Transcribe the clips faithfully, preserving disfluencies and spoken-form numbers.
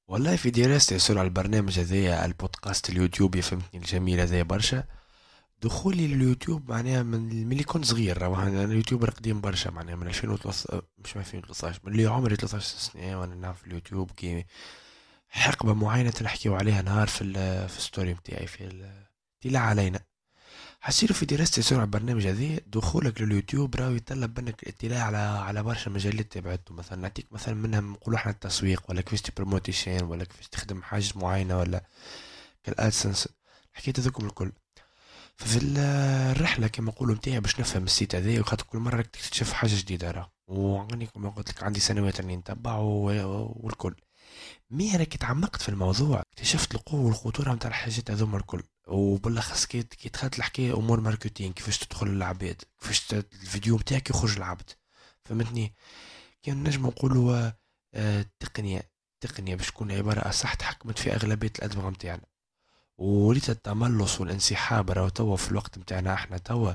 والله في دراستي يصير على البرنامج هذايا البودكاست اليوتيوبي، فهمتني الجميل هذايا برشا. دخولي لليوتيوب معناها من ملي كنت صغير، راهو انا اليوتيوبر قديم برشا، معناها من ألفين وثلاثة، مش من ألفين وثلاثة عشر، من اللي عمري ثلاثة عشر سنة وانا نعرف اليوتيوب كي حقبة معينة نحكيو عليها نهار في ال في الستوري متاعي في ال- تلا علينا. حسيت في دراستي يصير على البرنامج هذا دخولك لليوتيوب راهو يتطلب منك الاطلاع على على برشا مجالات تبعته، مثلا نعطيك مثلا منها نقولوا احنا التسويق، ولا كيفاش تبروموتيشن، ولا كيفاش تخدم حاجة معينة، ولا كالادسنس، حكيت هذوكم الكل. ففي ال- الرحلة كما نقولوا متاعي باش نفهم السيت هذا، وخاطر كل مرة راك تكتشف حاجة جديدة، راه وعني كما قلت لك عندي سنوات راني نتبع و- والكل. مي انا كي تعمقت في الموضوع اكتشفت القوة والخطورة متاع الحاجات هذوما الكل، وبالاخص كي كي دخلت الحكاية امور ماركتينغ، كيفاش تدخل للعباد، كيفاش ت- الفيديو متاعك يخرج للعبد، فهمتني. كان نجم نقولوا آه، آه، تقنية تقنية باش تكون عبارة أصح تحكمت في أغلبية الأدمغة متاعنا. وريت التملص والانسحاب راهو توا في الوقت متاعنا احنا توا.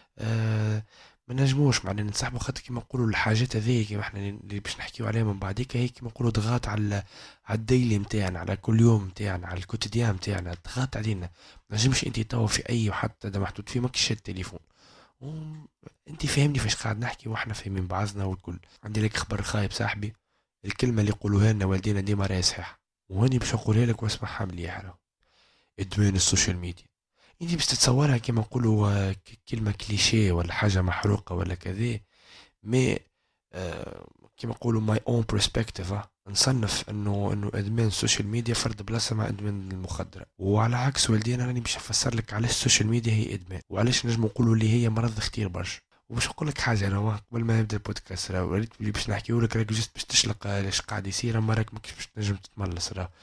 آه ما نجموش معناها ننسحبوا، خاطر كيما نقولوا الحاجات هذيك كيما احنا اللي باش نحكيو عليها من بعديك، هي كيما نقولوا ضغط على على الديلي متاعنا، على كل يوم متاعنا، على الكوتيديان متاعنا، ضغط علينا. ما نجمش انت توا في اي حتى ده محطوط في ماكش التليفون. وم- انت فاهمني فاش قاعد نحكي، واحنا فاهمين بعضنا والكل. عندي لك خبر خايب صاحبي، الكلمة اللي يقولوها لنا والدينا ديما راهي صحيحة، وهاني باش نقولها لك واسمعها مليح راه. ادمان السوشيال ميديا، انت باش تتصورها كيما نقولوا آه، ك- كلمة كليشيه ولا حاجة محروقة ولا كذا. مي آه، كيما نقولوا ماي اون برسبكتيف، نصنف انه انه ادمان السوشيال ميديا فرد بلاصه مع ادمان المخدرات. وعلى عكس والدينا راني باش نفسر لك علاش السوشيال ميديا هي ادمان، وعلاش نجم نقولوا اللي هي مرض خطير برشا. وباش نقول لك حاجه، انا قبل ما نبدا البودكاست راه وريت اللي باش نحكيو لك راك جست باش تشلق آه، ايش قاعد يصير، اما راك ماكش باش تنجم تتملص راه.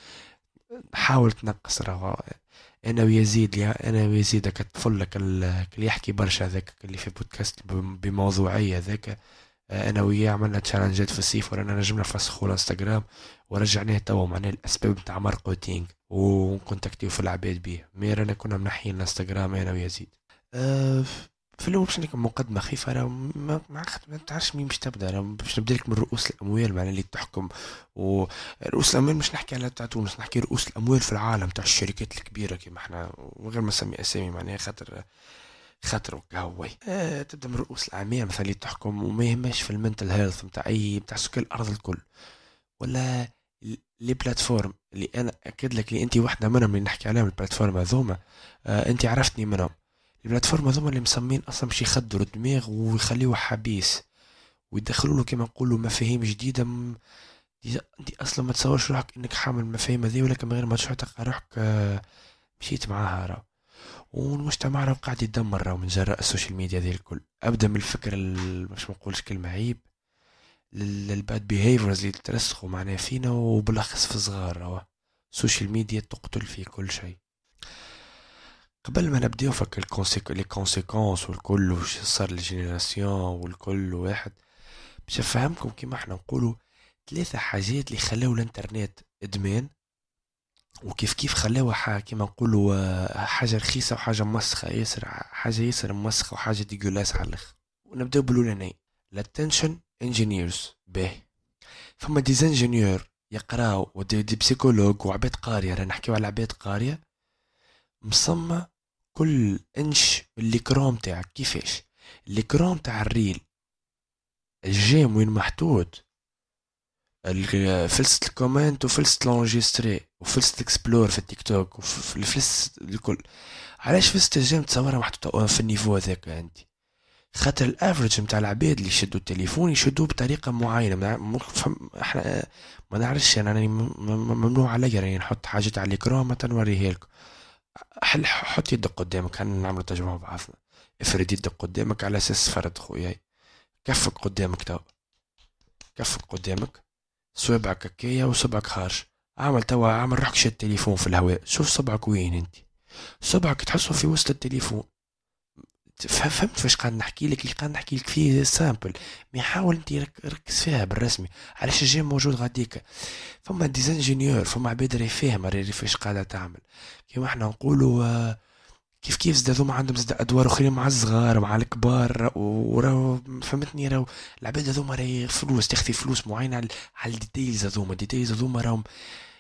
حاول تنقص راه. انا ويزيد يا انا ويزيد كتطفل لك ال- اللي يحكي برشا هذاك اللي في بودكاست ب- بموضوعيه ذاك. آه، انا وياه عملنا تشالنجات في الصيف، ورانا نجمنا نفسخوا الانستغرام، ورجعناه توا معناه الاسباب نتاع ماركتينغ، ونكونتاكتيو في العباد بيه. مي رانا كنا منحيين الانستغرام انا ويزيد. أه في الاول باش نعطيك مقدمه خفيفه، راه ما ما عرفت- ما تعرفش مين باش تبدا، راه باش نبدا لك من رؤوس الاموال معناها اللي تحكم. ورؤوس الاموال مش نحكي على تاع تونس، نحكي رؤوس الاموال في العالم تاع الشركات الكبيره كيما احنا، من غير ما نسمي اسامي معناها، خاطر خاطر وكهوي آه تبدا من رؤوس الاعمال مثلا اللي تحكم، وما يهمش في المنتل هيلث نتاع اي نتاع سكان الارض الكل. ولا ال- لي بلاتفورم اللي انا اكد لك اللي انت واحده منهم اللي نحكي عليهم، البلاتفورم هذوما. آه انت عرفتني منهم. البلاتفورم هذوما اللي مسمين اصلا باش يخدروا الدماغ ويخليوه حبيس، ويدخلوا له كما نقولوا مفاهيم جديده م... دي- انت اصلا ما تصورش روحك انك حامل المفاهيم هذه، ولكن من غير ما تشعر تلقى روحك آه، مشيت معاها راه. والمجتمع راه قاعد يتدمر راه من جراء السوشيال ميديا ذي الكل. ابدا من الفكر ال- مش نقولش كلمه عيب، للباد بيهيفيرز اللي ترسخوا معنا فينا، وبالاخص في الصغار راه. السوشيال ميديا تقتل في كل شيء. قبل ما نبداو فك الكونسيك لي كونسيكونس والكل وش صار للجينيراسيون والكل واحد، باش نفهمكم كيما احنا نقولوا ثلاثة حاجات اللي خلاو الانترنت ادمان، وكيف كيف خلاوها ح- كيما نقولوا آه، حاجة رخيصة وحاجة مسخة ياسر، حاجة ياسر مسخة وحاجة ديجولاس على الآخر. ونبداو بالأولاني، الاتنشن انجينيرز باهي. فما ديزانجينيور يقراو، ودي دي بسيكولوج وعباد قارية، رانا نحكيو على عباد قارية مصمة كل انش من الكروم تاعك. كيفاش الكروم تاع الريل الجيم وين محطوط، ال- فلسة الكومنت وفلسة لونجستري وفلسة الاكسبلور في التيك توك وفي الفلس الكل. علاش فلسة الجيم تصورها محطوطة في النيفو هذاك عندي؟ خاطر الافرج نتاع العباد اللي يشدوا التليفون يشدوه بطريقه معينه، ما مو- فهم احنا ما نعرفش، انا راني م- م- ممنوع عليا راني نحط حاجات على الاكران ما تنوريها لكم. حل حط يدك قدامك، خلينا نعملوا تجربه بعضنا. افرد يدك قدامك على اساس فرد خويا، كفك قدامك تو، كفك قدامك، صوابعك هكايا وصبعك خارج. عمل توا عمل روحك شد التليفون في الهواء، شوف صبعك وين انت، صبعك تحسه في وسط التليفون. فه- فهمت فاش قاعد نحكي لك؟ اللي قاعد نحكي لك فيه سامبل، مي حاول انت رك- ركز فيها بالرسمي. علاش الجيم موجود غاديك؟ فما ديزانجينيور، فما عباد راهي فاهمه راهي فاش قاعده تعمل. كيما احنا نقولوا آه، كيف كيف زاد هذوما عندهم زاد ادوار اخرين مع الصغار مع الكبار، وراو فهمتني راهو العباد هذوما راهي فلوس تخفي فلوس معينه على على الديتيلز هذوما. الديتيلز هذوما راهم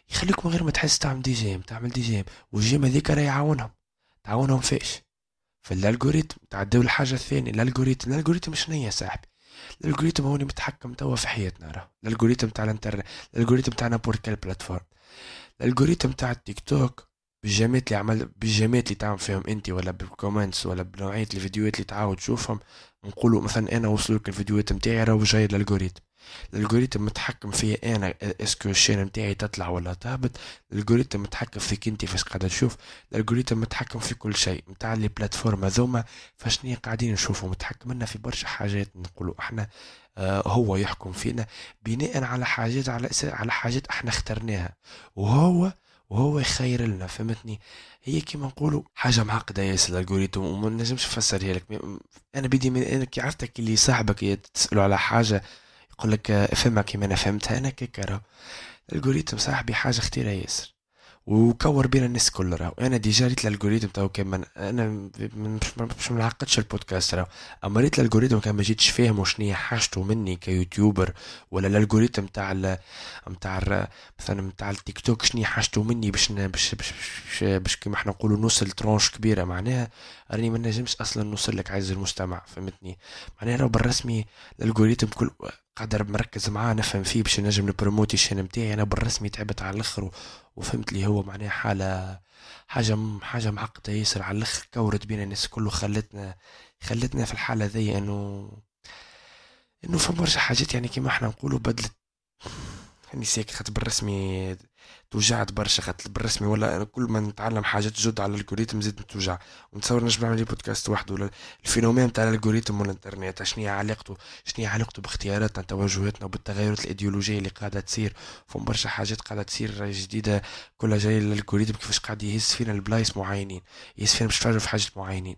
يخليك من غير ما تحس تعمل دي جيم تعمل دي جيم. والجيم هذيك راه يعاونهم تعاونهم فيش في الالجوريتم تعدوا الحاجه الثانيه. الالجوريتم الالجوريتم شنو هي يا صاحبي؟ الالجوريتم هو اللي متحكم توا في حياتنا. راه الالجوريتم تاع الانترنت، الالجوريتم تاع نابورت كال بلاتفورم، الالجوريتم تاع التيك توك بالجيمات اللي عمل بالجيمات اللي تعمل فيهم انت، ولا بالكومنتس، ولا بنوعيه الفيديوهات اللي تعاود تشوفهم. نقولوا مثلا انا وصلوك الفيديوهات نتاعي راهو جاي الالجوريتم. الالجوريتم متحكم فيا انا، اسكو الشين نتاعي تطلع ولا تهبط. الالجوريتم متحكم فيك انت فاش قاعد تشوف. الالجوريتم متحكم في كل شيء نتاع لي بلاتفورم هذوما. فاشني قاعدين نشوفوا متحكم لنا في برشا حاجات. نقولوا احنا آه هو يحكم فينا بناء على حاجات، على أساس على حاجات احنا اخترناها، وهو وهو يخير لنا. فهمتني؟ هي كيما نقولوا حاجه معقده ياسر الالجوريتم، وما نجمش نفسرها لك. م- انا بدي من انا كي عرفتك اللي صاحبك تساله على حاجه يقول لك آه، افهمها كيما انا فهمتها انا كيكا. راه الالجوريتم صاحبي حاجه خطيره ياسر، وكور بين الناس كل. راهو انا ديجا ريت الالجوريتم تو كان انا من- مش مش منعقدش البودكاست. راهو اما ريت الالجوريتم كان ما جيتش فاهم شنو هي حاجته مني كيوتيوبر، ولا الالجوريتم تاع ال نتاع ال- مثلا نتاع التيك توك شنو هي حاجته مني باش ن- باش باش باش, باش كيما احنا نقولوا نوصل ترونش كبيره. معناها راني ما نجمش اصلا نوصل لك عايز المستمع. فهمتني؟ معناها راهو بالرسمي الالجوريتم كل قادر مركز معاه نفهم فيه باش نجم نبروموتي الشين نتاعي. انا بالرسمي تعبت على الاخر، وفهمت لي هو معناها حالة حاجة م- حاجة معقدة ياسر على الاخر. كورت بين الناس كله، خلتنا خلتنا في الحالة ذي انه انه في برشا حاجات يعني كيما احنا نقولوا بدلت. يعني سيك خاطر بالرسمي توجعت برشا. خاطر بالرسمي ولا أنا كل ما نتعلم حاجات جد على الالجوريتم زيد نتوجع. ونتصور نجم نعمل لي بودكاست وحده ولا الفينومين تاع الالجوريتم والانترنت شنو هي علاقته، شنو هي علاقته باختياراتنا توجهاتنا وبالتغيرات الايديولوجيه اللي قاعده تصير. فهم برشا حاجات قاعده تصير جديده كلها جاي الالجوريتم كيفاش قاعد يهز فينا البلايص معينين، يهز فينا باش نتفرجوا في حاجات معينين.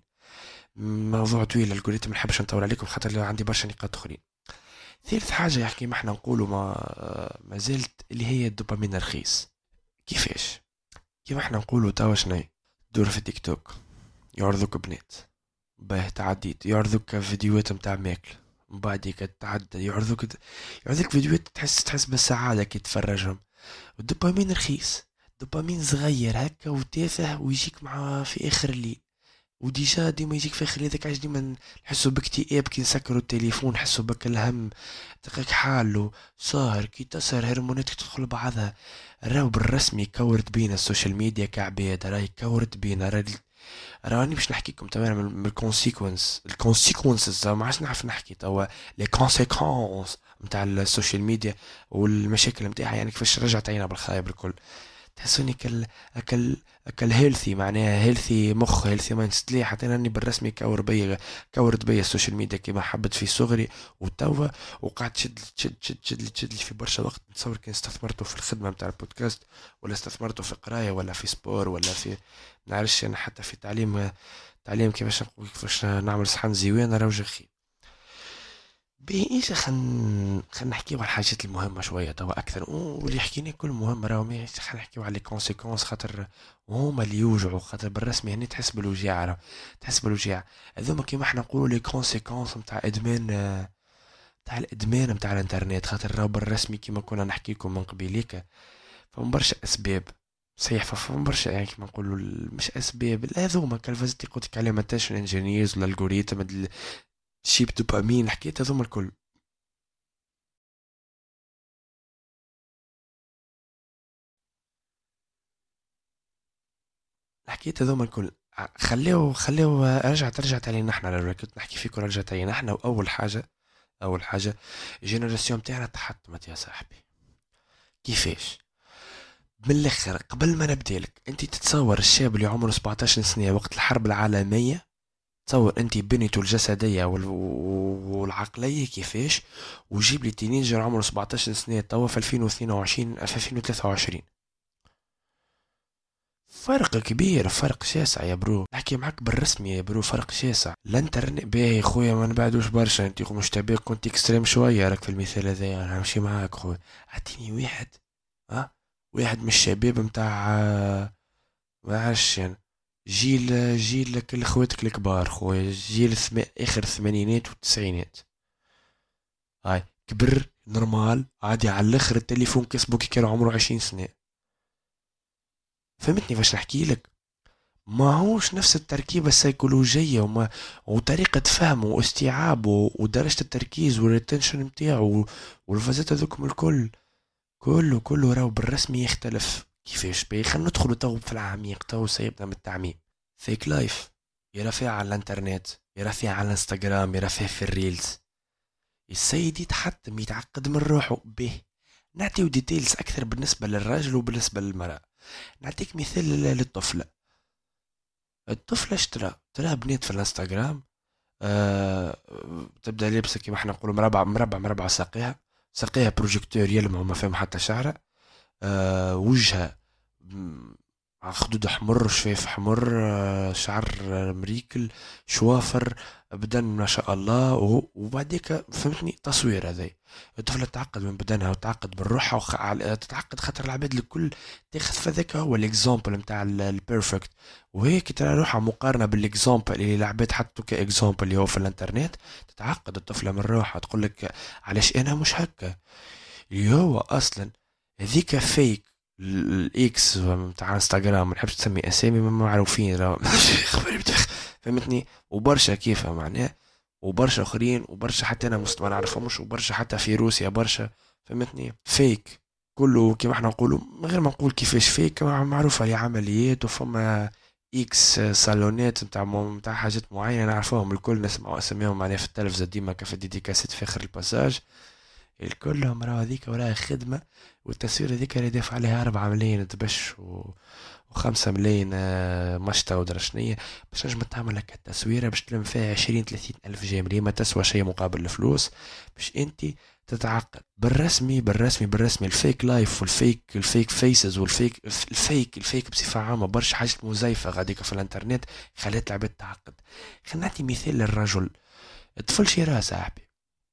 موضوع طويل الالجوريتم، ما نحبش نطول عليكم خاطر عندي برشا نقاط اخرين. ثالث حاجة يحكي ما احنا نقولوا ما ما زلت اللي هي الدوبامين الرخيص. كيفاش؟ كيما احنا نقولوا توا شنو دور في تيك توك يعرضوك بنات، باه تعديت يعرضوك فيديوهات متاع ماكل، من بعد هيك تعدى يعرضوك يعرضوك فيديوهات تحس تحس بالسعادة كي تفرجهم. والدوبامين رخيص، دوبامين صغير هكا وتافه ويجيك مع في اخر الليل. وديجا ديما يجيك في اخر هذاك عايش ديما نحسوا باكتئاب كي نسكروا التليفون، نحسوا بك الهم دقيق حاله سهر كي تسهر هرموناتك تدخل بعضها. راهو بالرسمي كورت بينا السوشيال ميديا كعباد، راهي كورت بينا. راه راني باش نحكيكم تماما من الكونسيكونس الكونسيكونسز ما عادش نعرف نحكي توا لي كونسيكونس نتاع السوشيال ميديا والمشاكل نتاعها. يعني كيفاش رجعت علينا بالخايب الكل. تحسوني كال اكل اكل هيلثي، معناها هيلثي مخ هيلثي مايند ست. حتى انني بالرسمي كور بيا كورت بيا السوشيال ميديا كيما حبت في صغري وتوا. وقعدت تشد تشد تشد تشد لي تشد لي في برشا وقت. نتصور كان استثمرته في الخدمه نتاع البودكاست، ولا استثمرته في قرايه، ولا في سبور، ولا في نعرفش انا حتى في تعليم تعليم كيفاش نقول كيفاش نعمل صحن زوين راه وجه. باهي خلينا خلينا نحكيو على الحاجات المهمة شوية توا أكثر، واللي حكينا كل مهم راهو ماهيش. خلينا نحكيو على لي كونسيكونس خاطر هما اللي يوجعوا. خاطر بالرسمي هني تحس بالوجيعة، راهو تحس بالوجيعة. هذوما كيما احنا نقولوا لي كونسيكونس نتاع إدمان، تاع الإدمان نتاع الإنترنت. خاطر راهو بالرسمي كيما كنا نحكيكم من قبيليك فهم برشا أسباب. صحيح فهم برشا يعني كيما نقولوا مش أسباب لا هذوما كالفازتي قلت عليهم التاشن انجينيرز ولا الجوريتم الشيب دوبامين حكيت هذوما الكل. حكيت هذوما الكل ع- خليه خليه رجعت رجعت علينا احنا. لو كنت نحكي فيكم رجعت علينا احنا. واول حاجه اول حاجه الجينيراسيون تاعنا تحطمت يا صاحبي. كيفاش؟ من الاخر قبل ما نبدا لك انت تتصور الشاب اللي عمره سبعطاش سنه وقت الحرب العالميه؟ تصور انت بنيته الجسديه وال- والعقليه كيفاش، وجيب لي تينيجر عمره سبعطاش سنه توا في ألفين واثنين وعشرين في ألفين وثلاثة وعشرين. فرق كبير، فرق شاسع يا برو. نحكي معاك بالرسمي يا برو، فرق شاسع. الانترنت باهي خويا ما نبعدوش برشا. انت مش تبي كنت اكستريم شويه راك في المثال هذا. انا نمشي معاك خويا. اعطيني واحد ها واحد من الشباب متاع ما عادش يعني جيل جيل كل خواتك الكبار خويا. جيل ثم... اخر الثمانينات والتسعينات. هاي كبر نورمال عادي على الاخر. التليفون كسبه كي كان عمره عشرين سنه. فهمتني فاش نحكي لك؟ ما هوش نفس التركيبة السيكولوجية وما وطريقة فهمه واستيعابه ودرجة التركيز والريتنشن متاعه والفازات هذوكم الكل، كله كله راهو بالرسمي يختلف. كيفاش بيه؟ خلينا ندخلوا تو في العميق، تو سيبنا من التعميم. فيك لايف يرى فيها على الانترنت، يرى فيها على الانستغرام، يرى فيها في الريلز. السيد يتحتم يتعقد من روحه به. نعطيو ديتيلز اكثر بالنسبة للراجل وبالنسبة للمرأة. نعطيك مثال للطفلة. الطفلة اشترى ترى بنات في الانستغرام، آه تبدا لابسه كيما احنا نقولوا مربع مربع مربع ساقيها، ساقيها بروجيكتور يلمع وما فاهم حتى شعره، آه وجهها م- خدود حمر، شفايف حمر، آه شعر مريكل، شوافر، بدن ما شاء الله. وهو- وبعديك فهمتني تصوير هذا. الطفلة تتعقد من بدنها وتتعقد من روحها وخ... على- تتعقد خاطر العباد الكل تاخذ فذاك هو الاكزامبل نتاع البيرفكت. وهيك ترى روحها مقارنة بالاكزامبل اللي العباد حطوا كاكزامبل اللي هو في الانترنت. تتعقد الطفلة من روحها تقول لك علاش انا مش هكا، اللي هو اصلا هذيك فيك. الاكس بتاع انستغرام ما نحبش تسمي اسامي ما معروفين راه خبري بتخ- فهمتني. وبرشا كيفها معناه، وبرشا اخرين، وبرشا حتى انا مست- ما نعرفهمش، وبرشا حتى في روسيا برشا. فهمتني فيك كله كيما احنا نقولوا، من غير ما نقول كيفاش فيك، مع- معروفة هي عمليات. وفما اكس صالونات نتاع مو- نتاع حاجات معينة نعرفوهم الكل، نسمعوا اساميهم معناها في التلفزة ديما كيف ديديكاسيت في اخر الباساج. الكلهم راه هذيك وراها خدمة. والتصوير هذيك اللي دافع عليها أربعة ملايين تبش و... وخمسة ملايين آه، مشطة ودرشنية باش نجم تعمل لك التصويرة باش تلم فيها عشرين ثلاثين ألف جنيه، ما تسوى شيء مقابل الفلوس. باش انت تتعقد بالرسمي بالرسمي بالرسمي. الفيك لايف والفيك الفيك فيسز والفيك الفيك الفيك بصفة عامة برشا حاجات مزيفة غاديك في الانترنت خلات العباد تعقد. خلينا نعطي مثال للرجل. الطفل شي صاحبي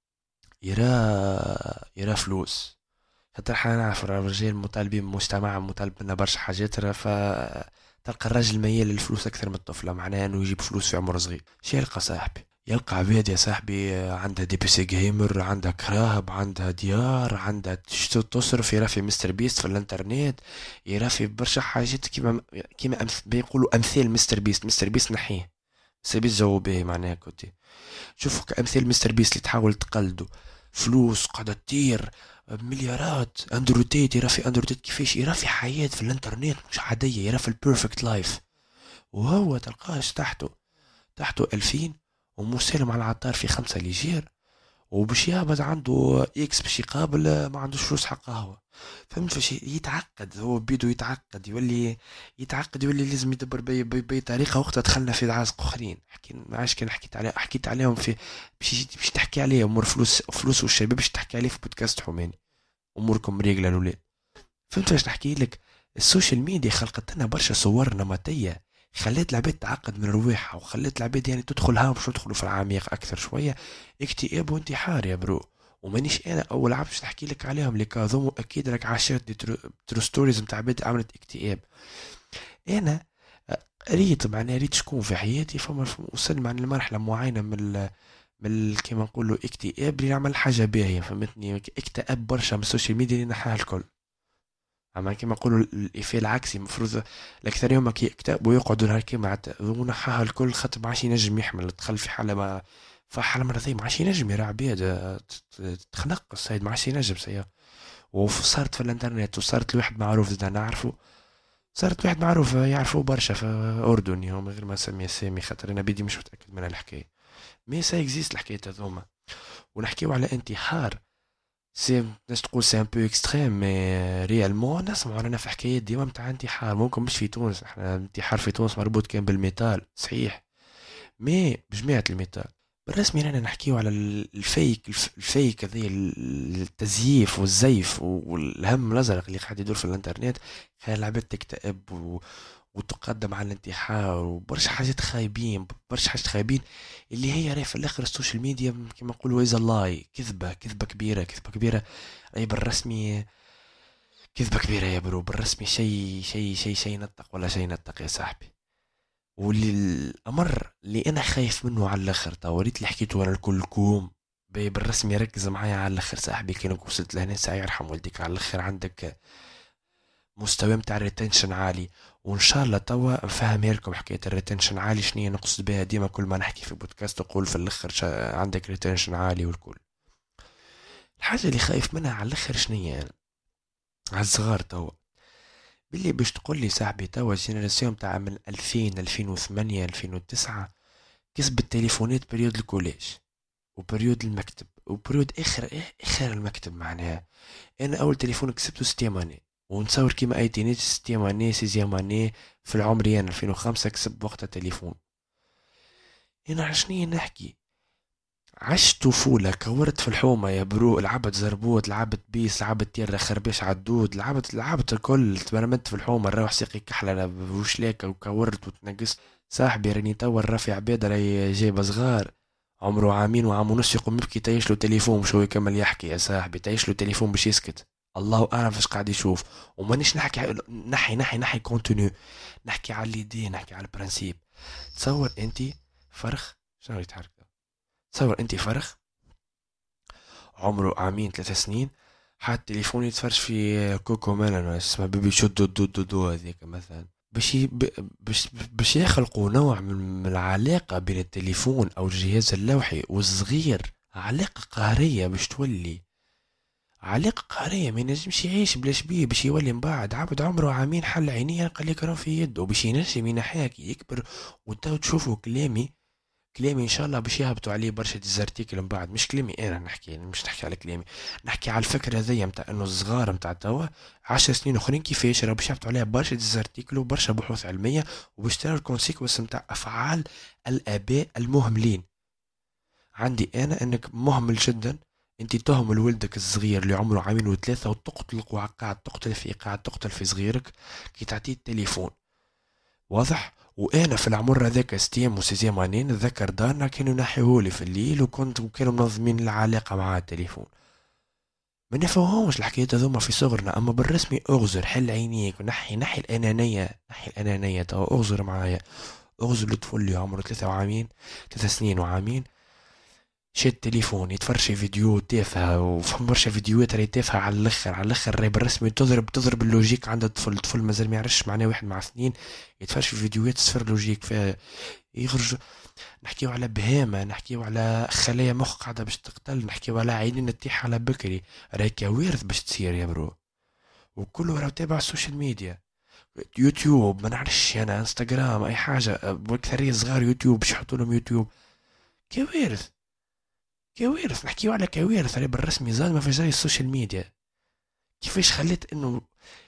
يرى يرى فلوس. خاطر حنا نعرف الرجال مطالبين بمجتمع مطالب منا برشا حاجات، راه ف تلقى الراجل ميال للفلوس اكثر من الطفله، معناها انه يجيب فلوس في عمر صغير. شي يلقى صاحبي؟ يلقى عباد يا صاحبي عندها دي بي سي جيمر، عندها كراهب، عندها ديار، عندها تشتو تصرف، يرى في مستر بيست في الانترنت، يرى في برشا حاجات كيما كيما أمث... بيقولوا امثال مستر بيست. مستر بيست نحيه، مستر بيست جاوب به معناها كنتي شوفوا كأمثال مستر بيست اللي تحاول تقلده. فلوس قاعدة تطير، مليارات، اندرو تيت. يرى في اندرو تيت كيفاش يرى في حياة في الانترنت مش عادية، يرى في البيرفكت لايف. وهو تلقاش تحته تحته ألفين ومسالم على العطار في خمسة ليجير، وباش يهبط عنده اكس باش يقابل ما عندوش فلوس حق قهوة. فهمت فاش يتعقد هو بيدو يتعقد يولي يتعقد يولي لازم يدبر بي, بي, بي طريقة. وقتها دخلنا في عازق اخرين حكي ما عادش كان حكيت عليه حكيت عليهم في باش باش تحكي عليه امور فلوس فلوس والشباب باش تحكي عليه في بودكاست حوماني اموركم ريقلة الاولاد. فهمت واش نحكي لك؟ السوشيال ميديا خلقت لنا برشا صور نمطيه، خلات العباد تعقد من رواحها، وخلات العباد يعني تدخل ها باش تدخلوا في العميق اكثر شويه. اكتئاب وانتحار يا برو. ومانيش انا اول عبد باش نحكي لك عليهم اللي كاظم، اكيد راك عاشرت دي ترو, ترو ستوريز نتاع عباد عملت اكتئاب. انا آه، ريت معناها ريت شكون في حياتي فما وصل مع لمرحله معينه من ال من ال- كيما نقولوا اكتئاب اللي عمل حاجه باهيه. فهمتني اكتئاب برشا من السوشيال ميديا اللي نحاها الكل. اما كيما نقولوا الإفيه العكسي المفروض الاكثر يوم كي يكتئب ويقعدوا نهار كيما ونحاها الكل خاطر ما عادش ينجم يحمل، دخل في حاله ما في حاله مرضيه ما عادش ينجم يرى عباد آه، تت- تخنق السيد ما عادش ينجم سيا. وصارت في الانترنت وصارت لواحد معروف زاد نعرفه. صارت واحد معروف آه، يعرفوه برشا في اردني هم غير ما نسمي اسامي خاطر انا بيدي مش متاكد من الحكايه. مي سا اكزيست الحكايه هذوما. ونحكيو على انتحار. سي ناس تقول سي ان بو اكستريم مي ريالمون نسمعوا رانا في حكايات ديما متاع انتحار. ممكن مش في تونس، احنا الانتحار في تونس مربوط كان بالميتال صحيح، مي بجماعة الميتال. بالرسمي رانا نحكيو على ال- الفيك الف- الفيك هذي ال- التزييف والزيف والهم الازرق اللي قاعد يدور في الانترنت. خلى العباد تكتئب و... وتقدم على الانتحار وبرشا حاجات خايبين برشا حاجات خايبين اللي هي راهي في الاخر السوشيال ميديا كما نقولوا از لاي. كذبه كذبه كبيره كذبه كبيره. راهي بالرسمي كذبه كبيره يا برو. بالرسمي شيء شيء شيء شيء نطق ولا شيء نطق يا صاحبي. واللي الامر اللي انا خايف منه على الاخر تا وريت اللي حكيته انا الكل كوم بي بالرسمي ركز معايا على الاخر صاحبي. كي وصلت لهنا ساعة يرحم والديك على الاخر عندك مستوى متاع الريتنشن عالي. وان شاء الله توا نفهم لكم حكايه الريتنشن عالي شنو نقصد بها. ديما كل ما نحكي في بودكاست اقول في الاخر عندك ريتنشن عالي والكل. الحاجه اللي خايف منها على الاخر شنو يعني على الصغار توا، باللي باش تقول لي صاحبي توا الجينيراسيون تاع من ألفين ألفين وثمانية ألفين وتسعة كسب التليفونات بريود الكوليج وبريود المكتب وبريود اخر اخر المكتب. معناها انا اول تليفون كسبته ستيماني، ونصور كيما اي تينيج ستيماني سيزياماني في العمريان ألفين وخمسة كسب وقتها تليفون. انا عشني نحكي عشت طفولة كورت في الحومة يا برو، لعبت زربوت لعبت بيس لعبت تيرا خربيش عدود لعبت لعبت الكل، تبرمت في الحومة نروح سيقي كحلة بوشلاكة وكورت وتنقصت. صاحبي راني توا الرافع عبيد راهي جايبة صغار عمره عامين وعام ونص يقوم يبكي تعيش له تليفون مش هو يكمل يحكي. يا صاحبي تعيش له تليفون باش يسكت، الله اعلم فاش قاعد يشوف. ومانيش نحكي نحي نحي نحي كونتوني، نحكي على ليدي نحكي على البرانسيب. تصور انتي فرخ شنو يتحرك، تصور انتي فرخ عمره عامين ثلاثة سنين حاط تليفون يتفرج في كوكو ميلان اسمها بيبي شو دو دو دو دو هذيك مثلا، باش باش باش يخلقوا نوع من العلاقة بين التليفون او الجهاز اللوحي والصغير، علاقة قهرية باش تولي علاقة قهرية. ما ينجمش يعيش بلاش بيه، باش يولي من بعد عبد عمره عامين حل عينيه قال لك راه في يده، باش ينجم ينحيها يكبر وانتو تشوفوا كلامي كلامي ان شاء الله باش يهبطوا عليه برشا ديزارتيكل من بعد. مش كلامي انا نحكي، مش نحكي على كلامي، نحكي على الفكره هذيا نتاع انه الصغار نتاع توا عشر سنين اخرين كيفاش راه باش يهبطوا عليها برشا ديزارتيكل وبرشا بحوث علميه وباش ترى الكونسيكونس نتاع افعال الاباء المهملين. عندي انا انك مهمل جدا انت تهمل ولدك الصغير اللي عمره عامين وثلاثة وتقتلق وقاعد تقتل في قاعد تقتل في صغيرك كي تعطيه التليفون. واضح. وانا في العمر هذاك ستيم وسيزيام اني نتذكر دارنا كانوا ينحيهولي في الليل وكنت وكانوا منظمين العلاقه مع التليفون. ما نفهمهمش الحكايات هذوما في صغرنا، اما بالرسمي اغزر حل عينيك ونحي نحي الانانيه نحي الانانيه تو اغزر معايا. اغزر الطفل اللي عمره ثلاثة وعامين ثلاث سنين وعامين شاد التليفون يتفرج في فيديو تافهه وفهم برشا فيديوهات راهي تافهه على الاخر على الاخر راهي بالرسمي تضرب تضرب اللوجيك عند الطفل. الطفل مازال ما يعرفش معناه واحد مع اثنين يتفرج في فيديوهات صفر لوجيك فيها يخرج. نحكيو على بهامه، نحكيو على خلايا مخ قاعده باش تقتل، نحكيو على عينين تطيح على بكري، راهي كوارث باش تصير يا برو. وكله راه تابع السوشيال ميديا يوتيوب ما نعرفش انا انستغرام اي حاجه باكثريه صغار يوتيوب باش يحطوا لهم يوتيوب. كوارث كوارث نحكيو على كوارث على بالرسمي زاد ما في زي السوشيال ميديا. كيفاش خليت انه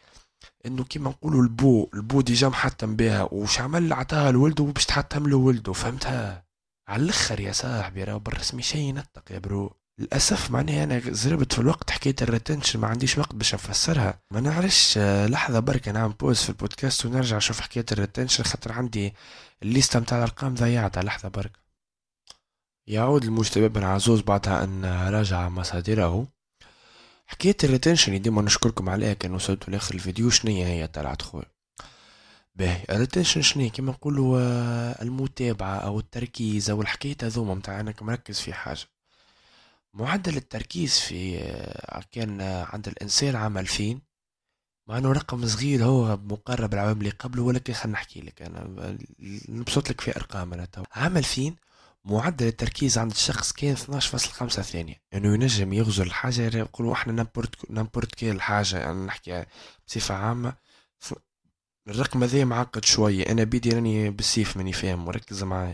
انه كيما نقولوا البو البو ديجا محتم بها وش عمل عطاها لولده باش تحتم له ولده، فهمتها على الاخر يا صاحبي. راه بالرسمي شيء ينطق يا برو. للاسف معناها انا زربت في الوقت حكايه الريتنشن ما عنديش وقت باش نفسرها. ما نعرفش لحظه بركه نعمل بوز في البودكاست ونرجع نشوف حكايه الريتنشن خاطر عندي الليسته نتاع الارقام ضيعتها. لحظه بركه. يعود المجتبى بن عزوز بعدها أن راجع مصادره. حكاية الريتنشن ديما نشكركم عليها كان وصلتوا لآخر الفيديو. شنية هي طلعت خويا باهي الريتنشن شنية كما نقولوا المتابعة أو التركيز أو الحكاية هذوما متاع أنك مركز في حاجة. معدل التركيز في كان عند الإنسان عام ألفين مع أنه رقم صغير هو مقارب العوام اللي قبله، ولكن خلنا نحكي لك أنا نبسط لك في أرقام. أنا تو عام ألفين معدل التركيز عند الشخص كان اثناش فاصلة خمسة ثانية، انه يعني ينجم يغزر الحاجة. يقولوا احنا نمبورت نمبورت كي الحاجة يعني نحكي بصفة عامة. الرقم هذا معقد شوية انا بيدي راني بالسيف ماني فاهم وركز معايا.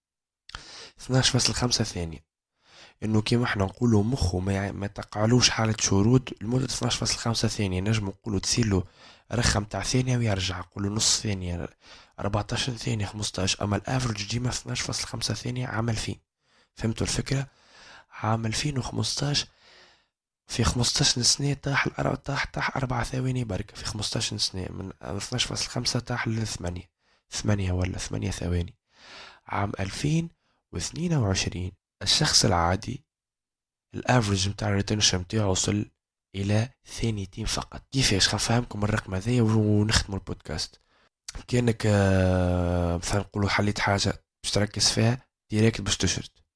اثناش فاصلة خمسة ثانية انه كيما احنا نقولوا مخه ما, ما تقعلوش حالة شرود لمدة اثناش فاصلة خمسة ثانية. نجم نقولوا تسيلو رقم تاع ثانية ويرجع نقولوا نص ثانية أربعتاش ثانية خمستاش، اما الافرج ديما اثناش فاصلة خمسة ثانية عام ألفين. فهمتوا الفكرة؟ عام ألفين وخمسطاش في خمسطاش سنة طاح الأربعة طاح طاح أربعة ثواني بركة في خمسطاش سنة من اثناش فاصلة خمسة طاح لثمانية ثمانية ولا ثمانية ثواني. عام ألفين واثنين وعشرين الشخص العادي الافرج متاع الريتنشن متاعو وصل الى ثانيتين فقط. كيفاش خنفهمكم الرقم هذايا ونختموا البودكاست. كانك مثلا نقولوا حليت حاجة باش تركز فيها ديريكت باش تشرد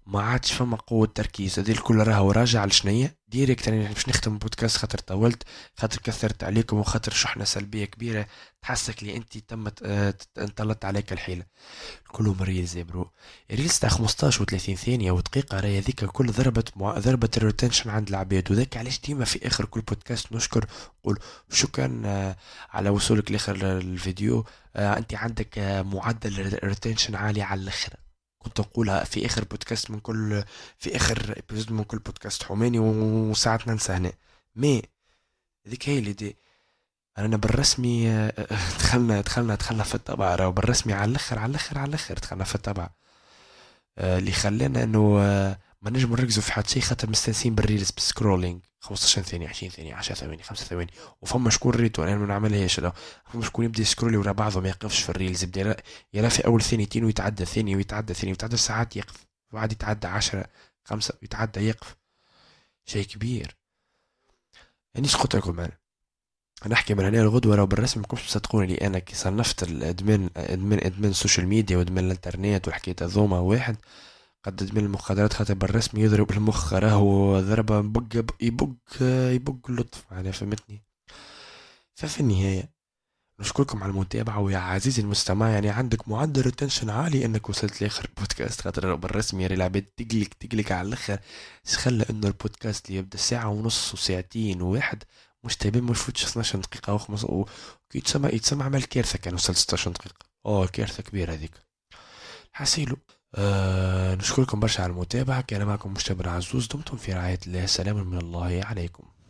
ما عادش فما قوة تركيز. هذه الكل راها وراجع لشنية ديريكت. أنا باش نختم بودكاست خاطر طولت، خاطر كثرت عليكم، وخاطر شحنة سلبية كبيرة تحسك لي أنت تمت آه، انطلت عليك الحيلة. كلهم ريلز يا برو، ريلز تاع خمسطاش و ثلاثين ثانية ودقيقة، راهي هذيك الكل ضربت مع... ضربت الروتنشن عند العباد. وذاك علاش ديما في آخر كل بودكاست نشكر نقول شكرا آه، على وصولك لآخر الفيديو. آه، أنت عندك آه، معدل الروتنشن عالي على الآخر. كنت نقولها في آخر بودكاست من كل في آخر ابيزود من كل بودكاست حوماني، وساعات ننسى هنا. مي ذيك هي اللي دي انا بالرسمي آه، دخلنا دخلنا دخلنا في الطبع، راهو بالرسمي على الاخر على الاخر على الاخر دخلنا في الطبع. آه، اللي خلانا انه آه، ما نجم نركزوا في حد شيء خاطر مستانسين بالريلز بالسكرولينج. خمسطاش ثانية عشرين ثانية عشر ثواني خمسة ثواني. وفما شكون ريتو انا ما نعملهاش، لا فما شكون يبدا يسكرولي ورا بعضه ما يقفش في الريلز، يبدا يرا يرا في اول ثانيتين ويتعدى ثانية ويتعدى ثانية ويتعدى ساعات يقف، وعاد يتعدى عشرة خمسة ويتعدى يقف. شيء كبير. يعني ايش قلت لكم انا نحكي من هنا الغدوة لو بالرسم مكنتش تصدقوني لي أنا كي صنفت الإدمان إدمان إدمان السوشيال ميديا وإدمان الإنترنت والحكاية هذوما واحد قد إدمان المخدرات خاطر بالرسم يضرب المخ، راهو ضربة بق يبق يبق اللطف يعني فهمتني. ففي النهاية نشكركم على المتابعة، ويا عزيزي المستمع يعني عندك معدل التنشن عالي انك وصلت لاخر البودكاست، خاطر بالرسم يا العباد تقلك تقلك على الاخر. خلى انه البودكاست اللي يبدا ساعة ونص وساعتين وواحد مش تابين مش فوتش اثناش دقيقة وخمس و يتسمع يتسمع عمل كارثة كان وصلت ستاشر دقيقة. اوه كارثة كبيرة هذيك حسيلو. آه نشكركم برشا على المتابعة. كان معكم مجتبى عزوز، دمتم في رعاية الله، سلام من الله عليكم.